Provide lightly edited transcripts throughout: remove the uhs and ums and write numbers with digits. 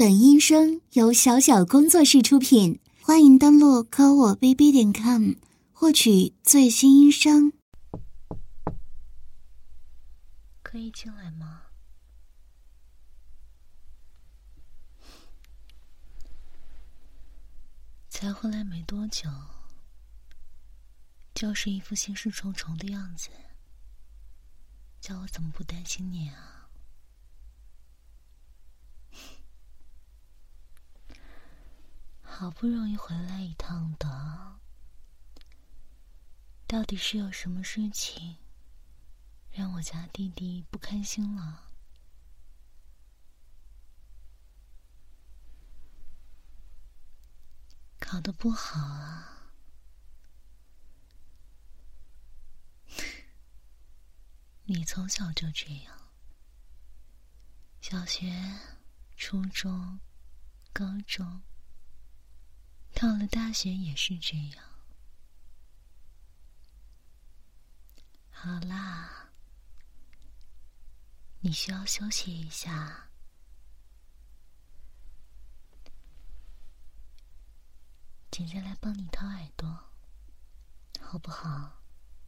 本音声由小小工作室出品，欢迎登录科我 bb.com 获取最新音声。 可以进来吗？才回来没多久，就是一副心事重重的样子，叫我怎么不担心你啊？好不容易回来一趟的，到底是有什么事情让我家弟弟不开心了？考得不好啊？你从小就这样，小学、初中、高中，到了大学也是这样。好啦，你需要休息一下。姐姐来帮你掏耳朵，好不好？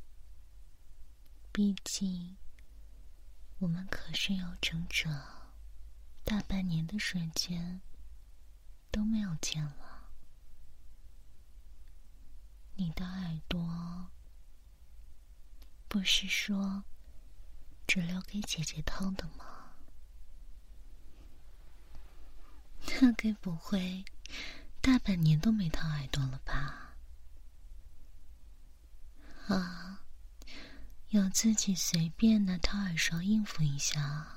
毕竟我们可是有整整大半年的时间都没有见了。你的耳朵不是说只留给姐姐掏的吗？那该不会大半年都没掏耳朵了吧？啊，有自己随便拿掏耳勺应付一下，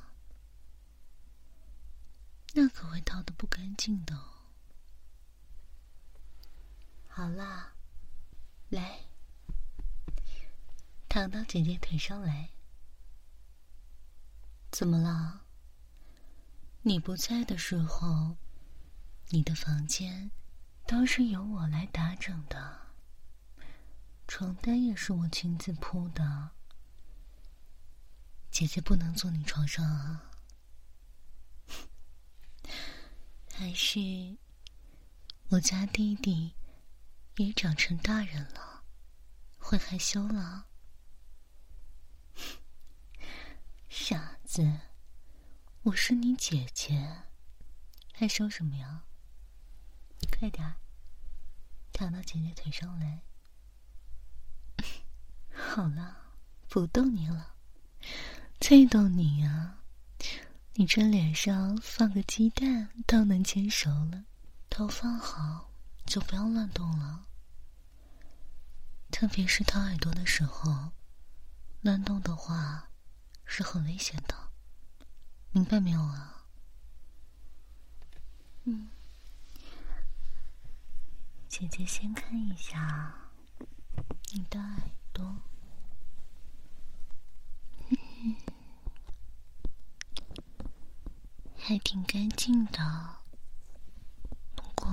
那可会掏得不干净的哦。好啦，来，躺到姐姐腿上来。怎么了？你不在的时候，你的房间都是由我来打整的，床单也是我亲自铺的。姐姐不能坐你床上啊？还是我家弟弟也长成大人了，会害羞了？傻子，我是你姐姐，害羞什么呀？快点躺到姐姐腿上来。好了，不逗你了，再逗你啊，你这脸上放个鸡蛋都能煎熟了。头放好就不要乱动了，特别是掏耳朵的时候，乱动的话是很危险的，明白没有啊？姐姐先看一下你的耳朵。还挺干净的，不过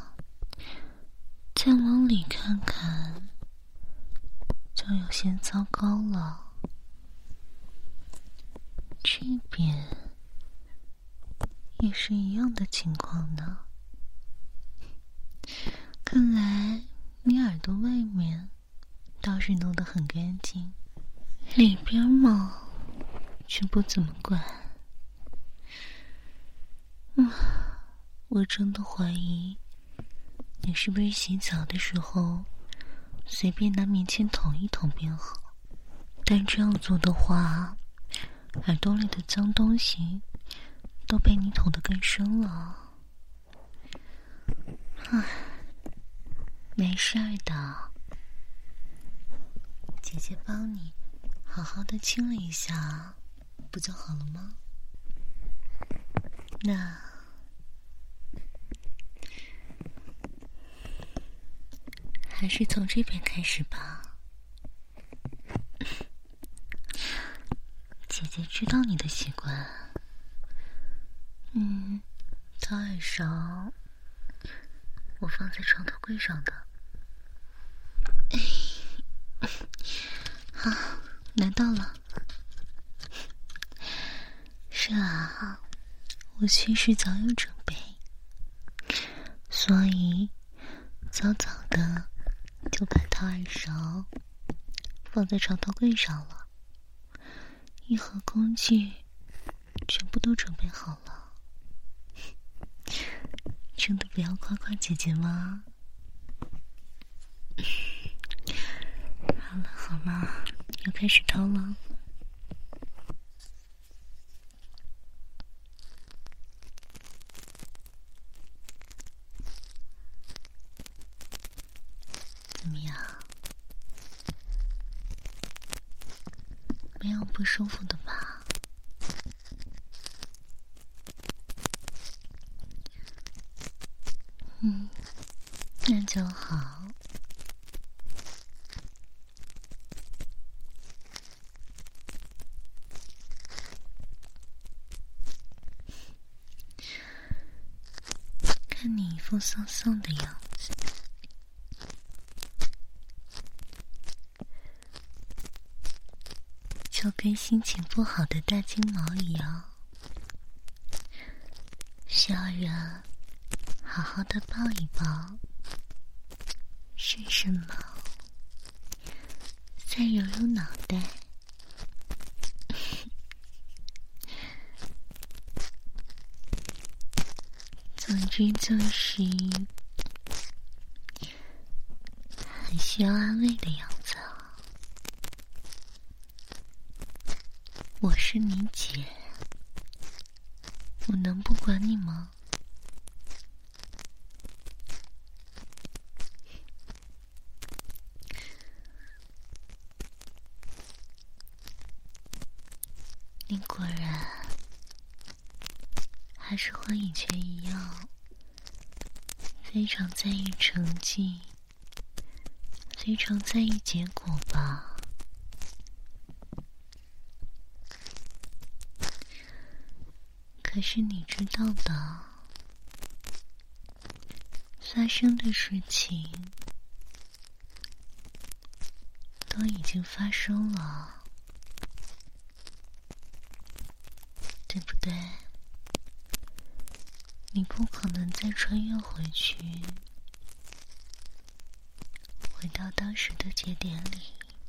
再往里看看就有些糟糕了。这边也是一样的情况呢。看来你耳朵外面倒是弄得很干净，里边嘛却不怎么管。我真的怀疑你是不是洗澡的时候随便拿棉签捅一捅便好，但这样做的话，耳朵里的脏东西都被你捅得更深了。没事儿的，姐姐帮你好好的清了一下，不就好了吗？那还是从这边开始吧。姐姐知道你的习惯。掏耳勺我放在床头柜上的。好，拿到了。是啊，我其实早有准备。 所以早早的就把掏耳勺放在床头柜上了，一盒工具全部都准备好了。真的不要夸夸姐姐吗？好了好了，要开始掏了。怎么样？没有不舒服的吧？那就好。看你一副丧丧的样子，就跟心情不好的大金毛一样，需要人好好的抱一抱，伸伸毛，再揉揉脑袋。总之就是很需要安慰的样子啊。我是你姐，我能不管你吗？你果然还是和以前一样，非常在意成绩，非常在意结果吧。可是你知道的，发生的事情都已经发生了，对不对？你不可能再穿越回去，回到当时的节点里。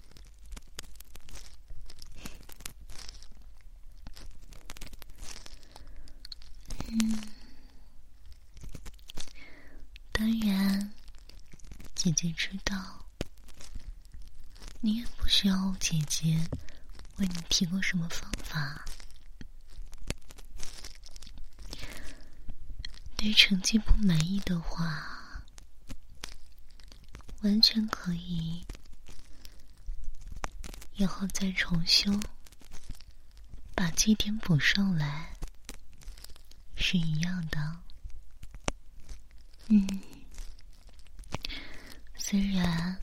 当然，姐姐知道，你也不需要姐姐为你提供什么方法。对成绩不满意的话，完全可以以后再重修，把绩点补上来，是一样的。虽然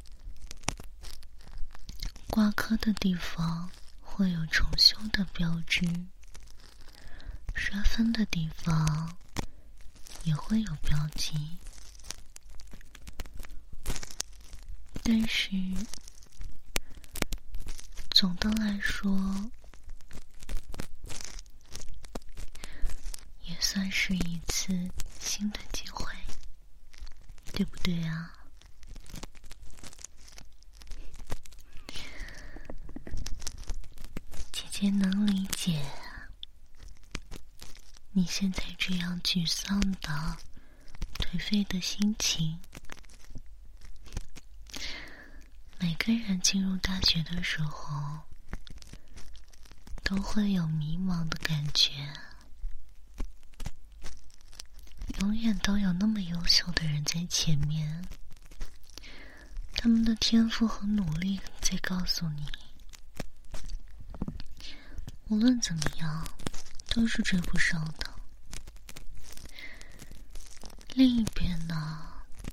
挂科的地方会有重修的标志，刷分的地方也会有标记，但是总的来说也算是一次新的机会，对不对啊？姐姐能理解你现在这样沮丧的、颓废的心情。每个人进入大学的时候，都会有迷茫的感觉。永远都有那么优秀的人在前面，他们的天赋和努力在告诉你，无论怎么样都是追不上的。另一边呢，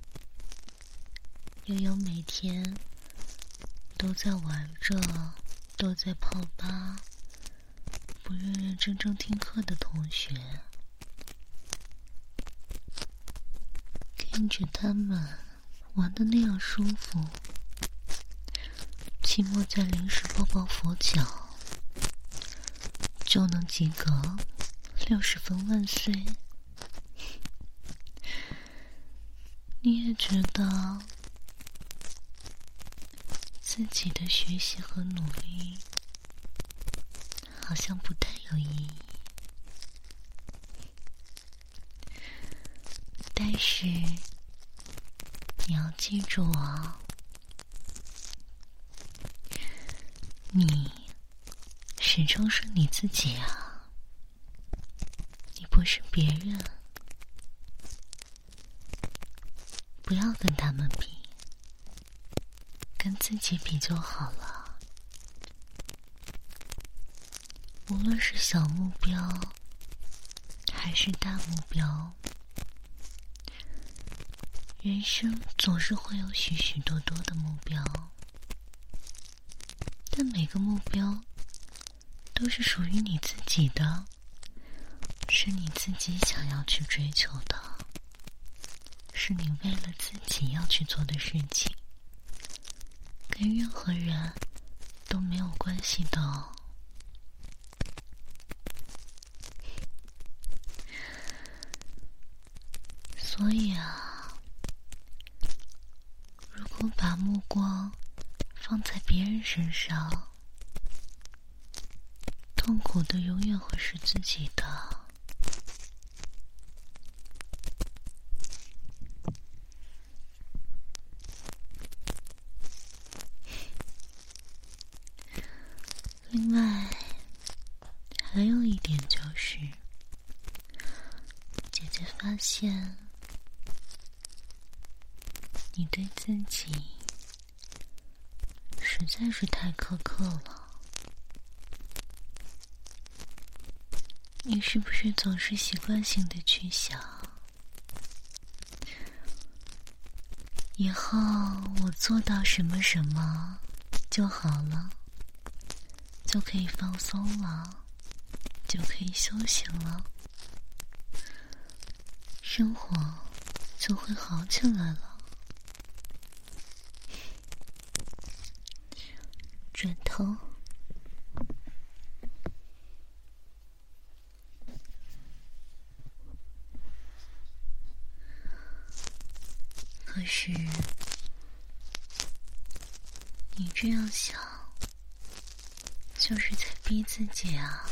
又有每天都在玩着，都在泡吧，不认认真真听课的同学，看着他们玩得那样舒服，期末在临时抱抱佛脚就能及格，60分万岁。 你也觉得自己的学习和努力好像不太有意义，但是你要记住啊，你始终是你自己啊，你不是别人，不要跟他们比，跟自己比就好了。无论是小目标还是大目标，人生总是会有许许多多的目标，但每个目标都是属于你自己的，是你自己想要去追求的，是你为了自己要去做的事情，跟任何人都没有关系的哦。所以啊，如果把目光放在别人身上，痛苦的永远会是自己的。另外，还有一点就是，姐姐发现你对自己实在是太苛刻了。你是不是总是习惯性的去想，以后我做到什么什么就好了，就可以放松了，就可以休息了，生活就会好起来了。转头，可是你这样想，就是在逼自己啊。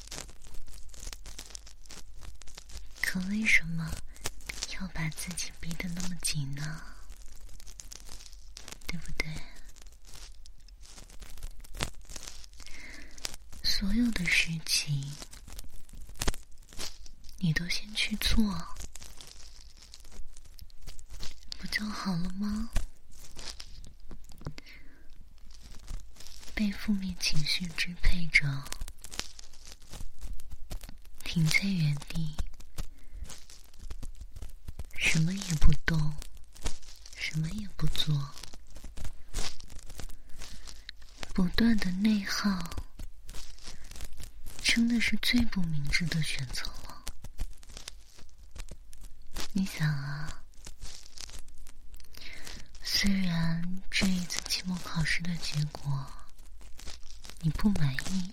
可为什么要把自己逼得那么紧呢？对不对？所有的事情你都先去做，不就好了吗？被负面情绪支配着，停在原地，什么也不动，什么也不做，不断的内耗，真的是最不明智的选择了。你想啊，虽然这一次期末考试的结果你不满意，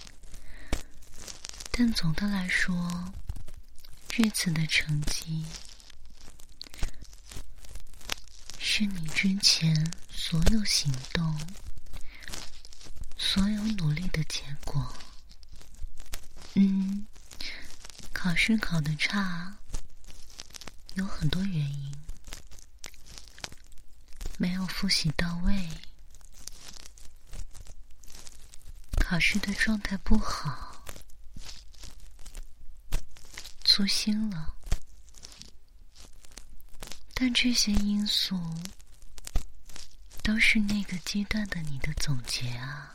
但总的来说，这次的成绩是你之前所有行动、所有努力的结果。考试考得差有很多原因，没有复习到位，考试的状态不好，粗心了，但这些因素都是那个阶段的你的总结啊。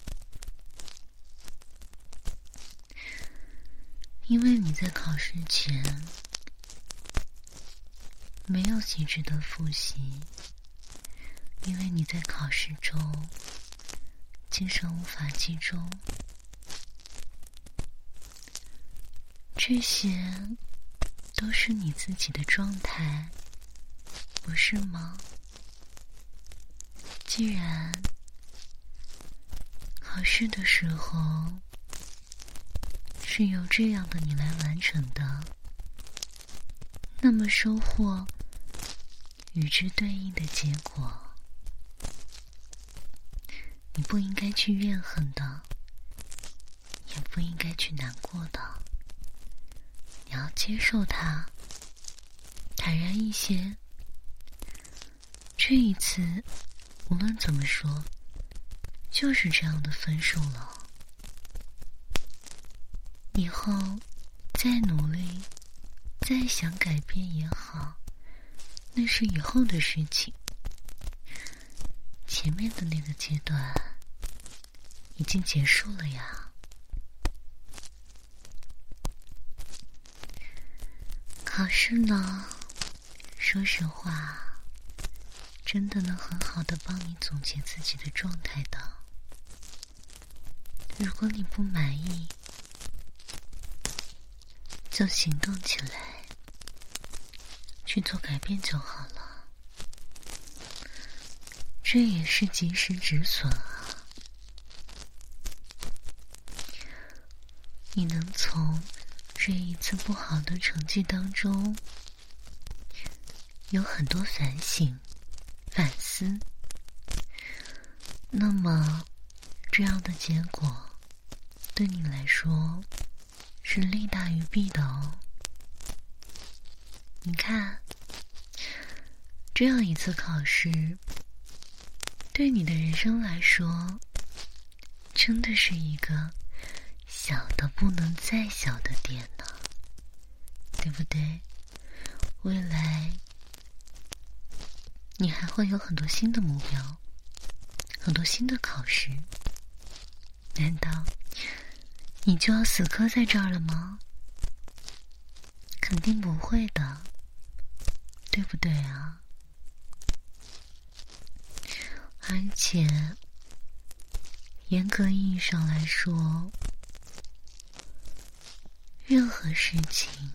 因为你在考试前没有细致的复习，因为你在考试中精神无法集中，这些都是你自己的状态，不是吗？既然考试的时候是由这样的你来完成的，那么收获与之对应的结果，你不应该去怨恨的，也不应该去难过的。你要接受它，坦然一些。这一次无论怎么说，就是这样的分数了。以后再努力，再想改变也好，那是以后的事情。前面的那个阶段已经结束了呀。考试呢，说实话，真的能很好的帮你总结自己的状态的。如果你不满意，就行动起来，去做改变就好了。这也是及时止损啊。你能从这一次不好的成绩当中有很多反省、反思，那么这样的结果对你来说是利大于弊的哦。你看，这样一次考试对你的人生来说真的是一个小的不能再小的点呢，对不对？未来你还会有很多新的目标，很多新的考试，难道你就要死磕在这儿了吗？肯定不会的，对不对啊？而且严格意义上来说，任何事情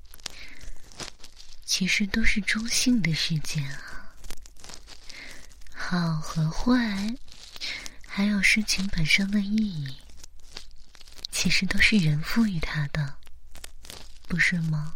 其实都是中性的事件啊，好和坏，还有事情本身的意义，其实都是人赋予它的，不是吗？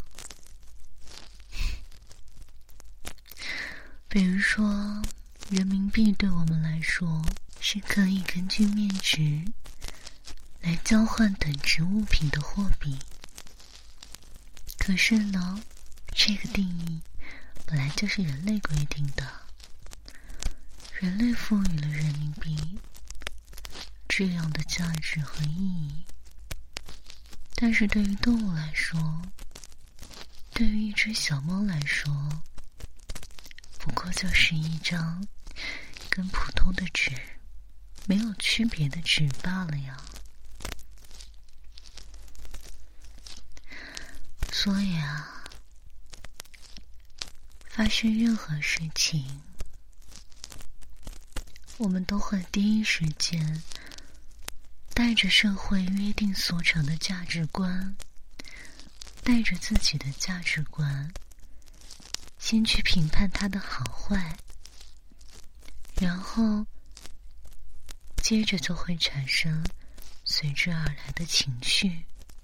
比如说，人民币对我们来说是可以根据面值来交换等值物品的货币。可是呢，这个定义本来就是人类规定的，人类赋予了人民币这样的价值和意义。但是对于动物来说，对于一只小猫来说，不过就是一张跟普通的纸没有区别的纸罢了呀。所以啊，发生任何事情，我们都会第一时间带着社会约定俗成的价值观，带着自己的价值观，先去评判它的好坏，然后接着就会产生随之而来的情绪。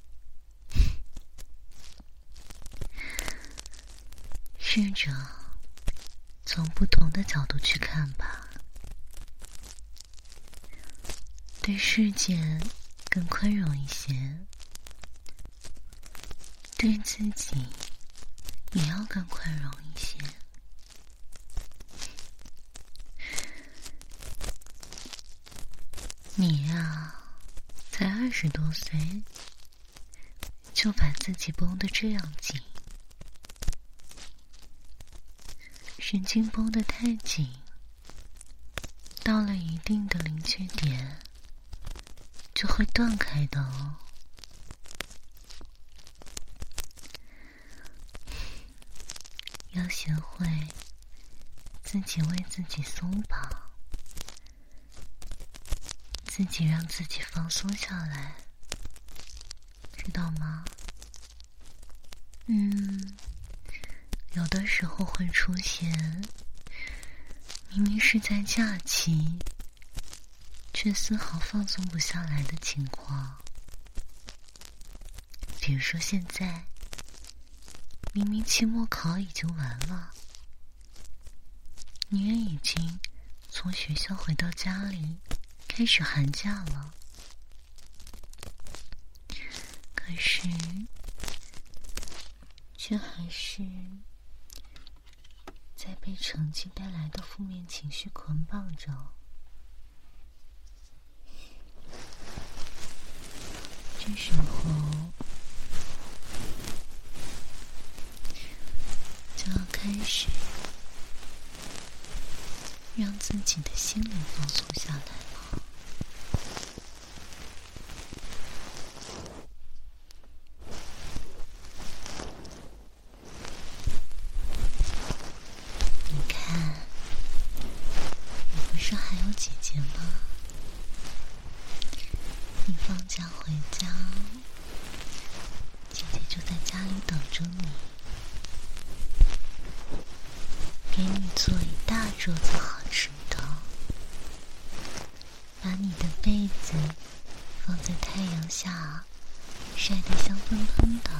试着从不同的角度去看吧，对事件更宽容一些，对自己也要更宽容一些。你呀，才20多岁，就把自己绷得这样紧，神经绷得太紧，到了一定的临界点就会断开的哦。要学会自己为自己松绑，自己让自己放松下来，知道吗？有的时候会出现明明是在假期，却丝毫放松不下来的情况。比如说现在，明明期末考已经完了， 你也已经从学校回到家里，开始寒假了。可是，却还是在被成绩带来的负面情绪捆绑着。这时候，就要开始让自己的心灵放松下来了。你看，你不是还有姐姐吗？你放假回家，姐姐就在家里等着你，给你做一大桌子好吃的，把你的被子放在太阳下晒得香喷喷的，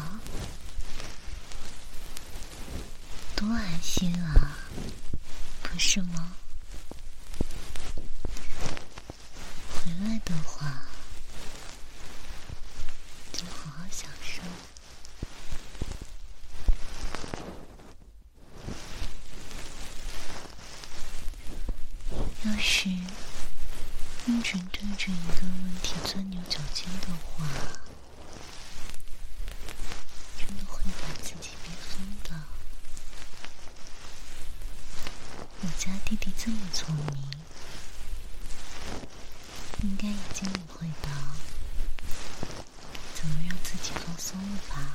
多安心啊，不是吗？回来的话就好好享受。要是一直对着一个问题钻牛角尖的话，真的会把自己逼疯的。我家弟弟这么聪明，应该已经领会到怎么让自己放松了吧。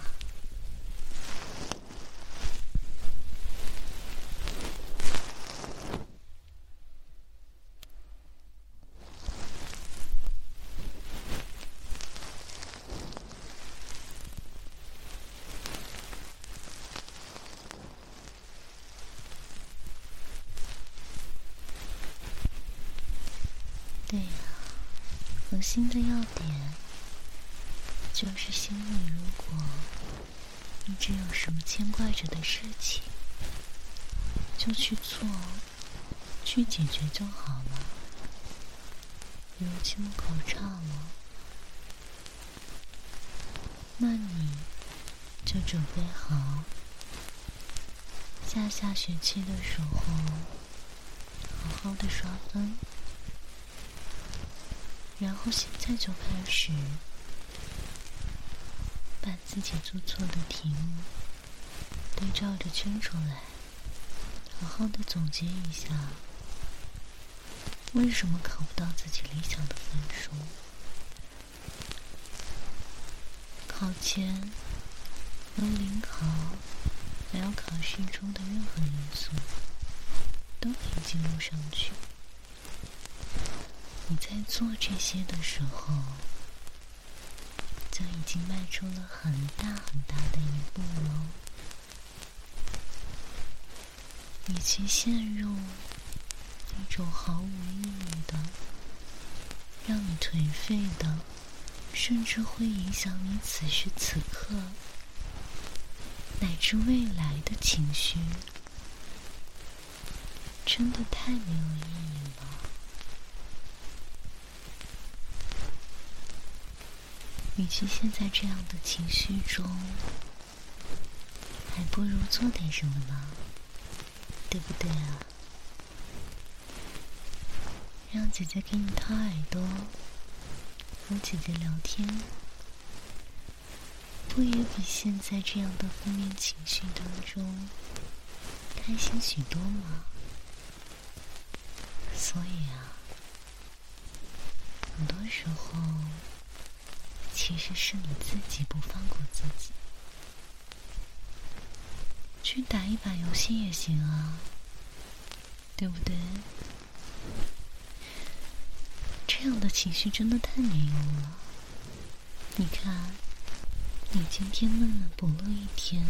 对呀，核心的要点就是心里如果一直有什么牵挂着的事情，就去做，去解决就好了。比如期末考差了，那你就准备好下学期的时候好好的刷分，然后现在就开始把自己做错的题目对照着圈出来，好好的总结一下为什么考不到自己理想的分数。考前和临考还有考试中的任何因素都可以记录上去。你在做这些的时候，就已经迈出了很大很大的一步了。与其陷入一种毫无意义的、让你颓废的，甚至会影响你此时此刻乃至未来的情绪，真的太没有意义了。与其陷在这样的情绪中，还不如做点什么呢？对不对啊？让姐姐给你掏耳朵，和姐姐聊天，不也比现在这样的负面情绪当中开心许多吗？所以啊，很多时候其实是你自己不放过自己。去打一把游戏也行啊，对不对？这样的情绪真的太没用了。你看，你今天闷闷不乐一天，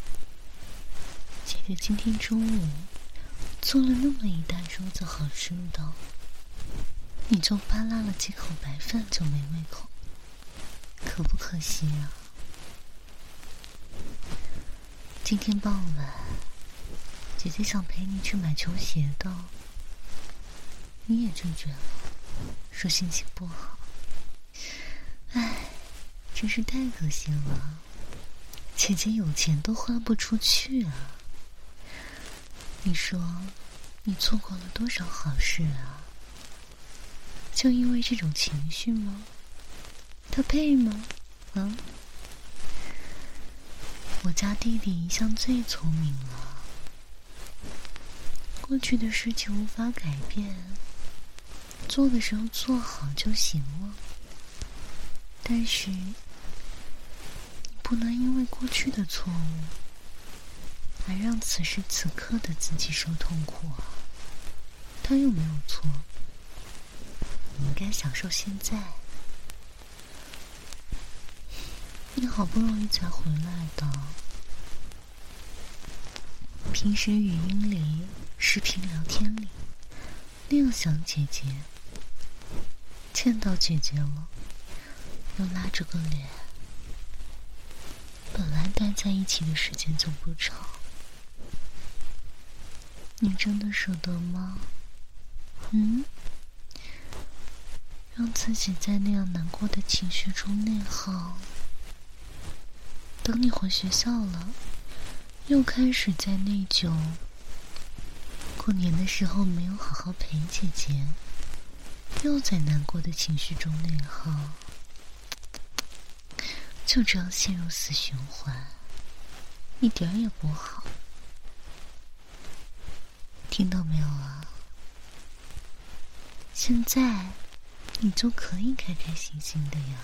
姐姐今天中午做了那么一大桌子好吃的，你就扒拉了几口白饭就没胃口，可不可惜啊？今天傍晚姐姐想陪你去买球鞋的，你也拒绝了，说心情不好。唉，真是太可惜了，姐姐有钱都花不出去啊。你说你错过了多少好事啊？就因为这种情绪吗？他配吗？啊？我家弟弟一向最聪明了，过去的事情无法改变，做的时候做好就行了。但是你不能因为过去的错误而让此时此刻的自己受痛苦啊。他又没有错，你应该享受现在。你好不容易才回来的，平时语音里、视频聊天里那样想姐姐，见到姐姐了又拉着个脸。本来待在一起的时间就不长，你真的舍得吗？让自己在那样难过的情绪中内耗，等你回学校了，又开始在内疚。过年的时候没有好好陪姐姐，又在难过的情绪中内耗，就这样陷入死循环，一点儿也不好。听到没有啊？现在你就可以开开心心的呀。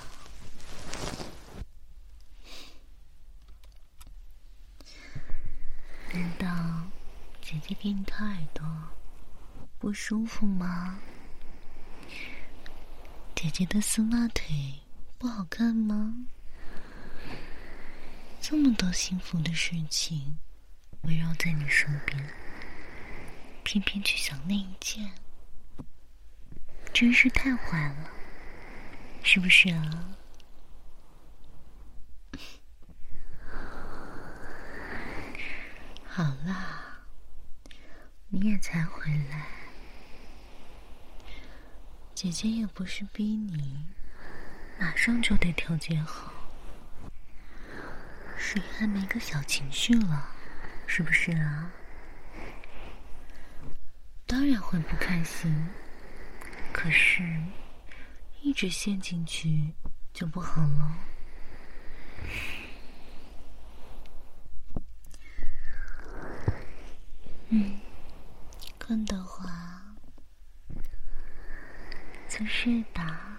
难道姐姐给你掏耳朵不舒服吗？姐姐的丝袜腿不好看吗？这么多幸福的事情围绕在你身边，偏偏去想那一件，真是太坏了，是不是啊？好啦，你也才回来，姐姐也不是逼你马上就得调节好，谁还没个小情绪了，是不是啊？当然会不开心，可是一直陷进去就不好了。困的话就睡吧，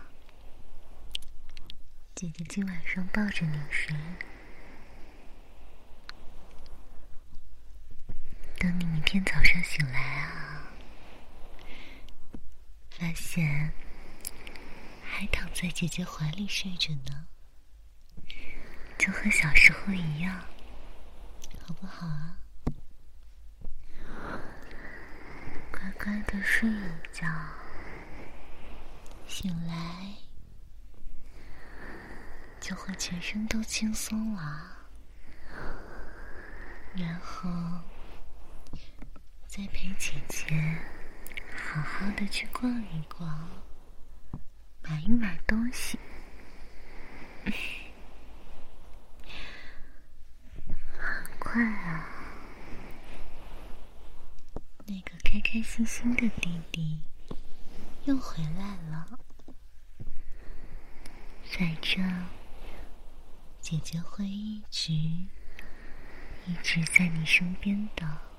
姐姐今晚上抱着你睡，等你明天早上醒来啊，发现还躺在姐姐怀里睡着呢，就和小时候一样，好不好啊？乖乖的睡一觉，醒来就会全身都轻松了，然后再陪姐姐好好的去逛一逛，买一买东西。很快啊，那个开开心心的弟弟又回来了。反正姐姐会一直在你身边的。